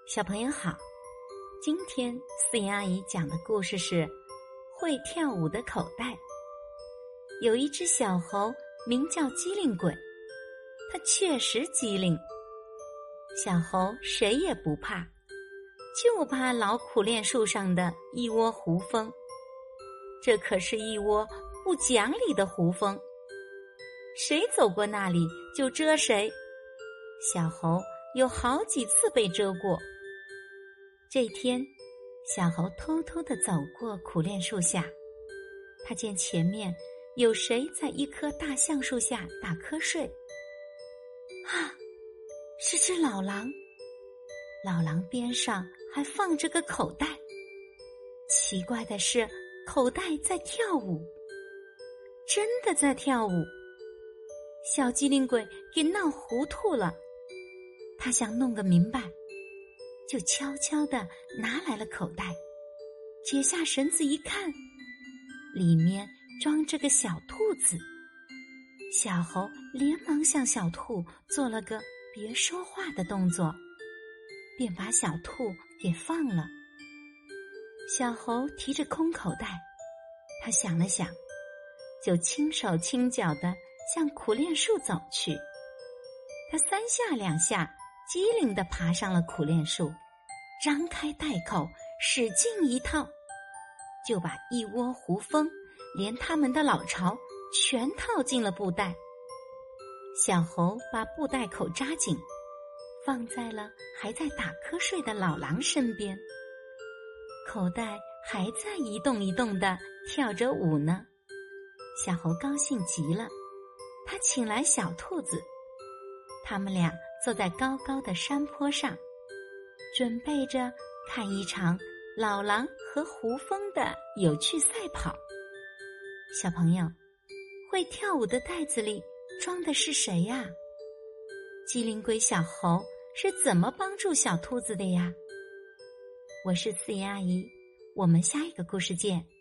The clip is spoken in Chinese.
小朋友好，今天思妍阿姨讲的故事是会跳舞的口袋。有一只小猴名叫机灵鬼，它确实机灵。小猴谁也不怕，就怕老苦楝树上的一窝胡蜂。这可是一窝不讲理的胡蜂，谁走过那里就蛰谁。小猴有好几次被蛰过。这天，小猴偷偷地走过苦楝树下，他见前面有谁在一棵大橡树下打瞌睡。啊，是只老狼，老狼边上还放着个口袋。奇怪的是，口袋在跳舞，真的在跳舞。小机灵鬼给闹糊涂了，他想弄个明白，就悄悄地拿来了口袋，解下绳子一看，里面装着个小兔子。小猴连忙向小兔做了个别说话的动作，便把小兔给放了。小猴提着空口袋，他想了想，就轻手轻脚地向苦楝树走去。他三下两下机灵地爬上了苦楝树，张开袋口使劲一套，就把一窝胡蜂连他们的老巢全套进了布袋。小猴把布袋口扎紧，放在了还在打瞌睡的老狼身边。口袋还在一动一动地跳着舞呢。小猴高兴极了，他请来小兔子，他们俩坐在高高的山坡上，准备着看一场老狼和胡蜂的有趣赛跑。小朋友，会跳舞的袋子里装的是谁呀？机灵鬼小猴是怎么帮助小兔子的呀？我是思妍阿姨，我们下一个故事见。